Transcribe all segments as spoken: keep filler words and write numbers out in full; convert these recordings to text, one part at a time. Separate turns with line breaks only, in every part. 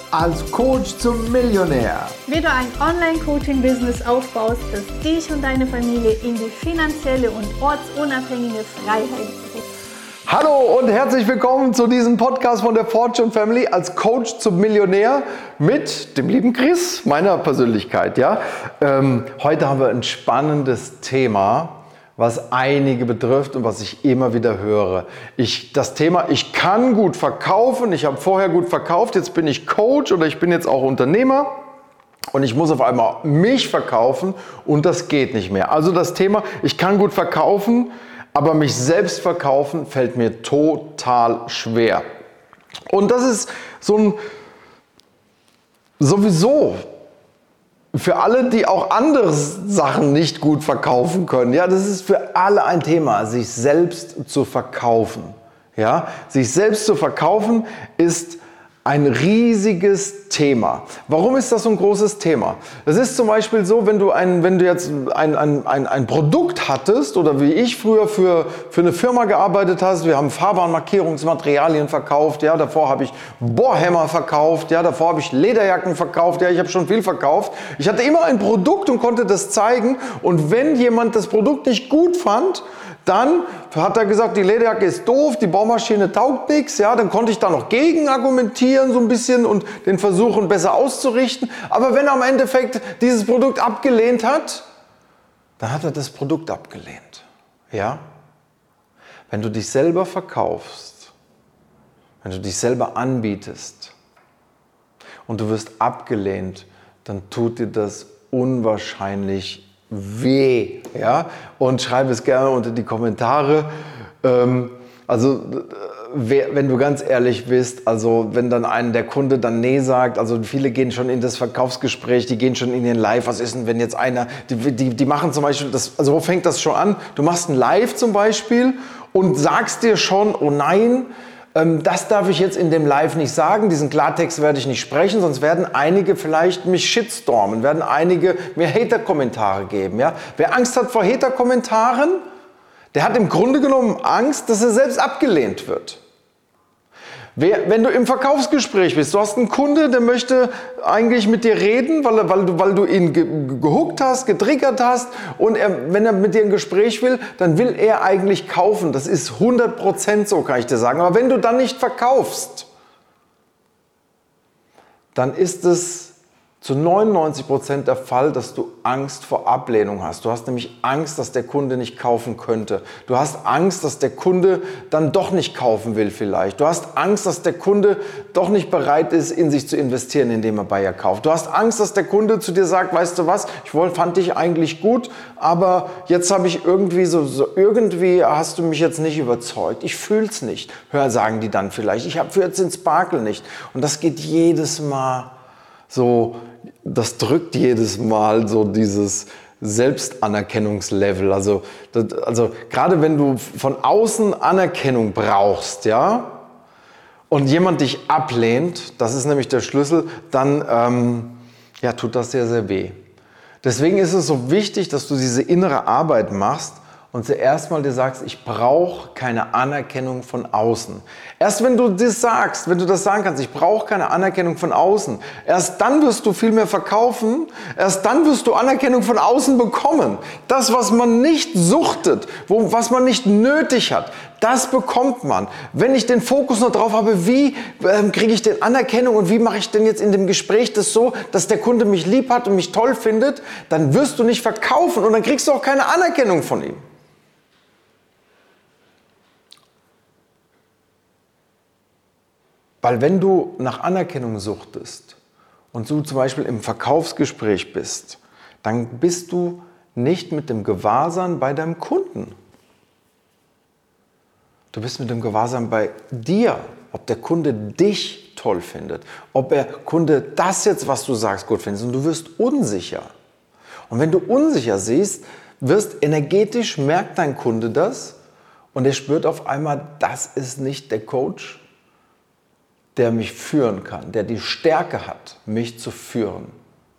als Coach zum Millionär.
Wie du ein Online-Coaching-Business aufbaust, das dich und deine Familie in die finanzielle und ortsunabhängige Freiheit bringt.
Hallo und herzlich willkommen zu diesem Podcast von der Fortune Family als Coach zum Millionär mit dem lieben Chris, meiner Persönlichkeit. Ja? Ähm, heute haben wir ein spannendes Thema, was einige betrifft und was ich immer wieder höre. Ich, das Thema, ich kann gut verkaufen, ich habe vorher gut verkauft, jetzt bin ich Coach oder ich bin jetzt auch Unternehmer und ich muss auf einmal mich verkaufen und das geht nicht mehr. Also das Thema, ich kann gut verkaufen, aber mich selbst verkaufen fällt mir total schwer. Und das ist so ein sowieso für alle, die auch andere Sachen nicht gut verkaufen können. Ja, das ist für alle ein Thema, sich selbst zu verkaufen. Ja, sich selbst zu verkaufen ist ein riesiges Thema. Warum ist das so ein großes Thema? Das ist zum Beispiel so, wenn du, ein, wenn du jetzt ein, ein, ein, ein Produkt hattest oder wie ich früher für, für eine Firma gearbeitet hast, wir haben Fahrbahnmarkierungsmaterialien verkauft, ja, davor habe ich Bohrhämmer verkauft, ja, davor habe ich Lederjacken verkauft, ja, ich habe schon viel verkauft. Ich hatte immer ein Produkt und konnte das zeigen und wenn jemand das Produkt nicht gut fand, dann hat er gesagt, die Lederjacke ist doof, die Baumaschine taugt nichts. Ja, dann konnte ich da noch gegen argumentieren so ein bisschen und den versuchen besser auszurichten. Aber wenn er am Endeffekt dieses Produkt abgelehnt hat, dann hat er das Produkt abgelehnt. Ja? Wenn du dich selber verkaufst, wenn du dich selber anbietest und du wirst abgelehnt, dann tut dir das unwahrscheinlich weh, ja, und schreib es gerne unter die Kommentare. Ähm, also, wer, wenn du ganz ehrlich bist, also wenn dann ein der Kunde dann nee sagt, also viele gehen schon in das Verkaufsgespräch, die gehen schon in den Live. Was ist denn, wenn jetzt einer, die, die, die machen zum Beispiel, das, also wo fängt das schon an? Du machst ein Live zum Beispiel und sagst dir schon, oh nein, das darf ich jetzt in dem Live nicht sagen, diesen Klartext werde ich nicht sprechen, sonst werden einige vielleicht mich shitstormen, werden einige mir Hater-Kommentare geben. Ja? Wer Angst hat vor Hater-Kommentaren, der hat im Grunde genommen Angst, dass er selbst abgelehnt wird. Wer, wenn du im Verkaufsgespräch bist, du hast einen Kunde, der möchte eigentlich mit dir reden, weil, weil, du, weil du ihn ge, gehuckt hast, getriggert hast und er, wenn er mit dir ein Gespräch will, dann will er eigentlich kaufen. Das ist hundert Prozent so, kann ich dir sagen. Aber wenn du dann nicht verkaufst, dann ist es zu neunundneunzig Prozent der Fall, dass du Angst vor Ablehnung hast. Du hast nämlich Angst, dass der Kunde nicht kaufen könnte. Du hast Angst, dass der Kunde dann doch nicht kaufen will vielleicht. Du hast Angst, dass der Kunde doch nicht bereit ist, in sich zu investieren, indem er bei dir kauft. Du hast Angst, dass der Kunde zu dir sagt, weißt du was, ich wollte, fand dich eigentlich gut, aber jetzt habe ich irgendwie so, so, irgendwie hast du mich jetzt nicht überzeugt. Ich fühl's nicht. Hör, sagen die dann vielleicht. Ich habe für jetzt den Sparkle nicht. Und das geht jedes Mal so, das drückt jedes Mal so dieses Selbstanerkennungslevel. Also, das, also gerade wenn du von außen Anerkennung brauchst, ja, und jemand dich ablehnt, das ist nämlich der Schlüssel, dann ähm, ja, tut das sehr, sehr weh. Deswegen ist es so wichtig, dass du diese innere Arbeit machst und zuerst mal dir sagst, ich brauche keine Anerkennung von außen. Erst wenn du das sagst, wenn du das sagen kannst, ich brauche keine Anerkennung von außen, erst dann wirst du viel mehr verkaufen, erst dann wirst du Anerkennung von außen bekommen. Das, was man nicht suchtet, wo, was man nicht nötig hat, das bekommt man. Wenn ich den Fokus nur drauf habe, wie ähm, kriege ich denn Anerkennung und wie mache ich denn jetzt in dem Gespräch das so, dass der Kunde mich lieb hat und mich toll findet, dann wirst du nicht verkaufen und dann kriegst du auch keine Anerkennung von ihm. Weil wenn du nach Anerkennung suchtest und du zum Beispiel im Verkaufsgespräch bist, dann bist du nicht mit dem Gewahrsam bei deinem Kunden. Du bist mit dem Gewahrsam bei dir, ob der Kunde dich toll findet, ob der Kunde das jetzt, was du sagst, gut findet und du wirst unsicher. Und wenn du unsicher siehst, wirst energetisch, merkt dein Kunde das und er spürt auf einmal, das ist nicht der Coach, der mich führen kann, der die Stärke hat, mich zu führen.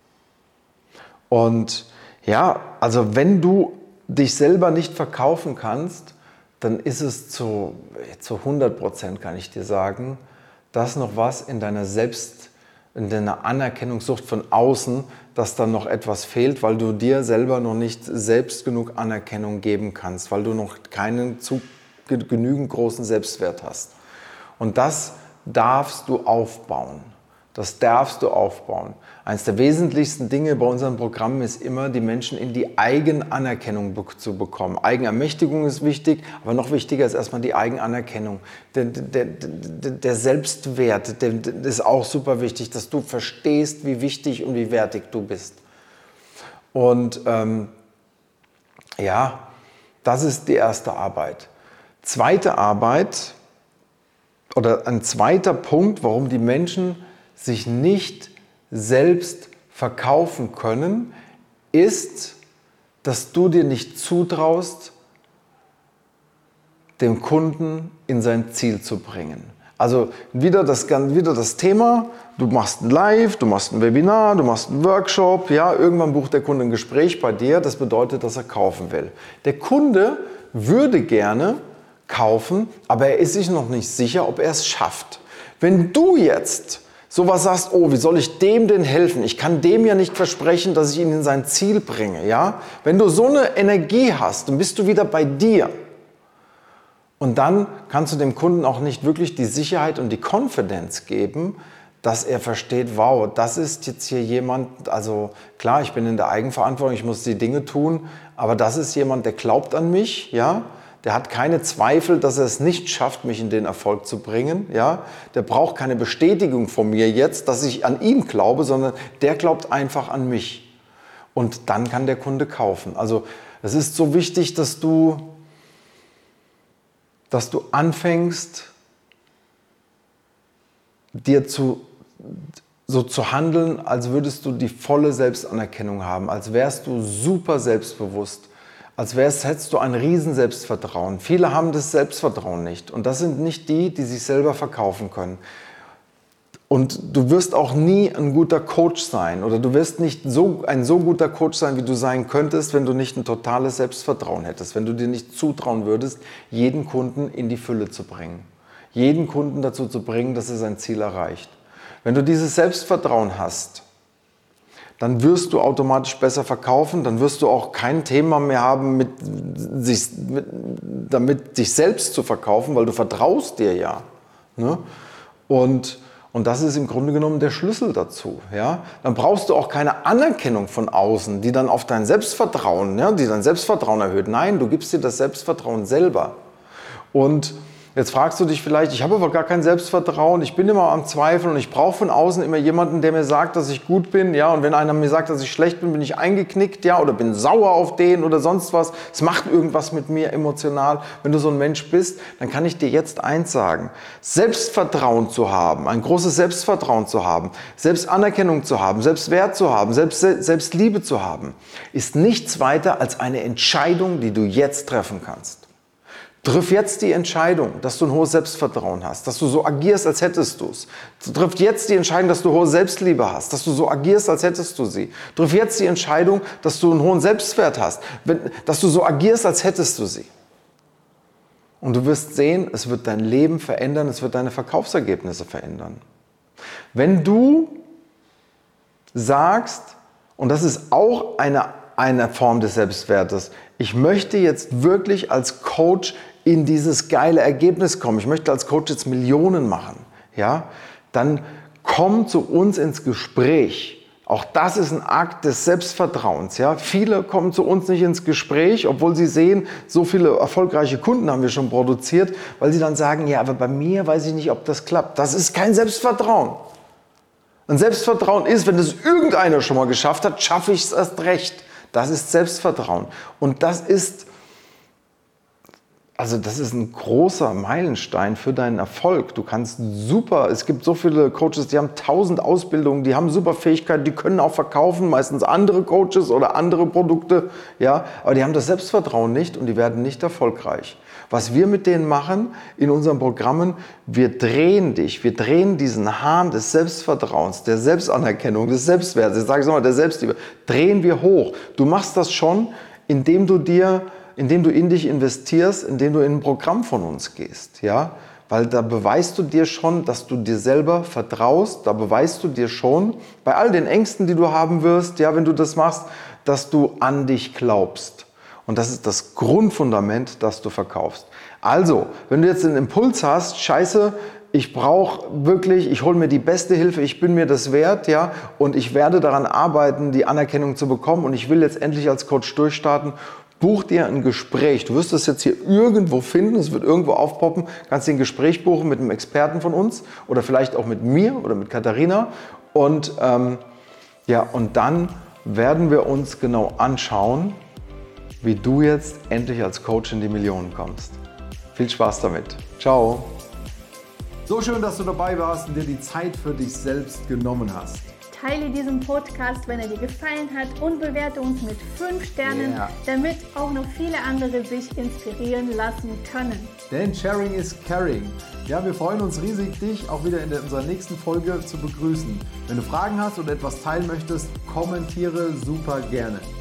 Und ja, also wenn du dich selber nicht verkaufen kannst, dann ist es zu, zu hundert Prozent, kann ich dir sagen, dass noch was in deiner Selbst, in deiner Anerkennungssucht von außen, dass dann noch etwas fehlt, weil du dir selber noch nicht selbst genug Anerkennung geben kannst, weil du noch keinen zu genügend großen Selbstwert hast. Und das darfst du aufbauen. Das darfst du aufbauen. Eines der wesentlichsten Dinge bei unseren Programmen ist immer, die Menschen in die Eigenanerkennung zu bekommen. Eigenermächtigung ist wichtig, aber noch wichtiger ist erstmal die Eigenanerkennung. Der, der, der, der Selbstwert, der, der ist auch super wichtig, dass du verstehst, wie wichtig und wie wertig du bist. Und ähm, ja, das ist die erste Arbeit. Zweite Arbeit oder ein zweiter Punkt, warum die Menschen sich nicht selbst verkaufen können, ist, dass du dir nicht zutraust, den Kunden in sein Ziel zu bringen. Also wieder das, wieder das Thema, du machst ein Live, du machst ein Webinar, du machst einen Workshop, ja, irgendwann bucht der Kunde ein Gespräch bei dir, das bedeutet, dass er kaufen will. Der Kunde würde gerne kaufen, aber er ist sich noch nicht sicher, ob er es schafft. Wenn du jetzt sowas sagst, oh, wie soll ich dem denn helfen? Ich kann dem ja nicht versprechen, dass ich ihn in sein Ziel bringe. Ja? Wenn du so eine Energie hast, dann bist du wieder bei dir. Und dann kannst du dem Kunden auch nicht wirklich die Sicherheit und die Confidence geben, dass er versteht, wow, das ist jetzt hier jemand, also klar, ich bin in der Eigenverantwortung, ich muss die Dinge tun, aber das ist jemand, der glaubt an mich, ja? Der hat keine Zweifel, dass er es nicht schafft, mich in den Erfolg zu bringen. Ja? Der braucht keine Bestätigung von mir jetzt, dass ich an ihn glaube, sondern der glaubt einfach an mich. Und dann kann der Kunde kaufen. Also es ist so wichtig, dass du, dass du anfängst, dir zu, so zu handeln, als würdest du die volle Selbstanerkennung haben, als wärst du super selbstbewusst. Als wärst, hättest du ein riesen Selbstvertrauen. Viele haben das Selbstvertrauen nicht. Und das sind nicht die, die sich selber verkaufen können. Und du wirst auch nie ein guter Coach sein. Oder du wirst nicht so, ein so guter Coach sein, wie du sein könntest, wenn du nicht ein totales Selbstvertrauen hättest. Wenn du dir nicht zutrauen würdest, jeden Kunden in die Fülle zu bringen. Jeden Kunden dazu zu bringen, dass er sein Ziel erreicht. Wenn du dieses Selbstvertrauen hast, dann wirst du automatisch besser verkaufen, dann wirst du auch kein Thema mehr haben, mit sich, mit, damit dich selbst zu verkaufen, weil du vertraust dir ja. Ne? Und, und das ist im Grunde genommen der Schlüssel dazu. Ja? Dann brauchst du auch keine Anerkennung von außen, die dann auf dein Selbstvertrauen, ja, die dein Selbstvertrauen erhöht. Nein, du gibst dir das Selbstvertrauen selber. Und jetzt fragst du dich vielleicht, ich habe aber gar kein Selbstvertrauen, ich bin immer am Zweifeln und ich brauche von außen immer jemanden, der mir sagt, dass ich gut bin, ja, und wenn einer mir sagt, dass ich schlecht bin, bin ich eingeknickt, ja, oder bin sauer auf den oder sonst was, es macht irgendwas mit mir emotional. Wenn du so ein Mensch bist, dann kann ich dir jetzt eins sagen, Selbstvertrauen zu haben, ein großes Selbstvertrauen zu haben, Selbstanerkennung zu haben, Selbstwert zu haben, Selbst, Selbstliebe zu haben, ist nichts weiter als eine Entscheidung, die du jetzt treffen kannst. Triff jetzt die Entscheidung, dass du ein hohes Selbstvertrauen hast, dass du so agierst, als hättest du es. Triff jetzt die Entscheidung, dass du hohe Selbstliebe hast, dass du so agierst, als hättest du sie. Triff jetzt die Entscheidung, dass du einen hohen Selbstwert hast, dass du so agierst, als hättest du sie. Und du wirst sehen, es wird dein Leben verändern, es wird deine Verkaufsergebnisse verändern. Wenn du sagst, und das ist auch eine, eine Form des Selbstwertes, ich möchte jetzt wirklich als Coach in dieses geile Ergebnis kommen, ich möchte als Coach jetzt Millionen machen, ja, dann komm zu uns ins Gespräch. Auch das ist ein Akt des Selbstvertrauens. Ja. Viele kommen zu uns nicht ins Gespräch, obwohl sie sehen, so viele erfolgreiche Kunden haben wir schon produziert, weil sie dann sagen, ja, aber bei mir weiß ich nicht, ob das klappt. Das ist kein Selbstvertrauen. Ein Selbstvertrauen ist, wenn es irgendeiner schon mal geschafft hat, schaffe ich es erst recht. Das ist Selbstvertrauen. Und das ist, also das ist ein großer Meilenstein für deinen Erfolg. Du kannst super, es gibt so viele Coaches, die haben tausend Ausbildungen, die haben super Fähigkeiten, die können auch verkaufen, meistens andere Coaches oder andere Produkte, ja, aber die haben das Selbstvertrauen nicht und die werden nicht erfolgreich. Was wir mit denen machen in unseren Programmen, wir drehen dich, wir drehen diesen Hahn des Selbstvertrauens, der Selbstanerkennung, des Selbstwerts, ich sage es nochmal, der Selbstliebe, drehen wir hoch. Du machst das schon, indem du dir, indem du in dich investierst, indem du in ein Programm von uns gehst, ja, Weil da beweist du dir schon, dass du dir selber vertraust, da beweist du dir schon, bei all den Ängsten, die du haben wirst, ja, wenn du das machst, dass du an dich glaubst. Und das ist das Grundfundament, das du verkaufst. Also, wenn du jetzt den Impuls hast, scheiße, ich brauche wirklich, ich hole mir die beste Hilfe, ich bin mir das wert, ja, und ich werde daran arbeiten, die Anerkennung zu bekommen und ich will jetzt endlich als Coach durchstarten, buch dir ein Gespräch. Du wirst das jetzt hier irgendwo finden, es wird irgendwo aufpoppen, kannst dir ein Gespräch buchen mit einem Experten von uns oder vielleicht auch mit mir oder mit Katharina und, ähm, ja, und dann werden wir uns genau anschauen, wie du jetzt endlich als Coach in die Millionen kommst. Viel Spaß damit. Ciao. So schön, dass du dabei warst und dir die Zeit für dich selbst genommen hast.
Teile diesen Podcast, wenn er dir gefallen hat und bewerte uns mit fünf Sternen, yeah. damit auch noch viele andere sich inspirieren lassen können.
Denn Sharing is Caring. Ja, wir freuen uns riesig, dich auch wieder in unserer nächsten Folge zu begrüßen. Wenn du Fragen hast oder etwas teilen möchtest, kommentiere super gerne.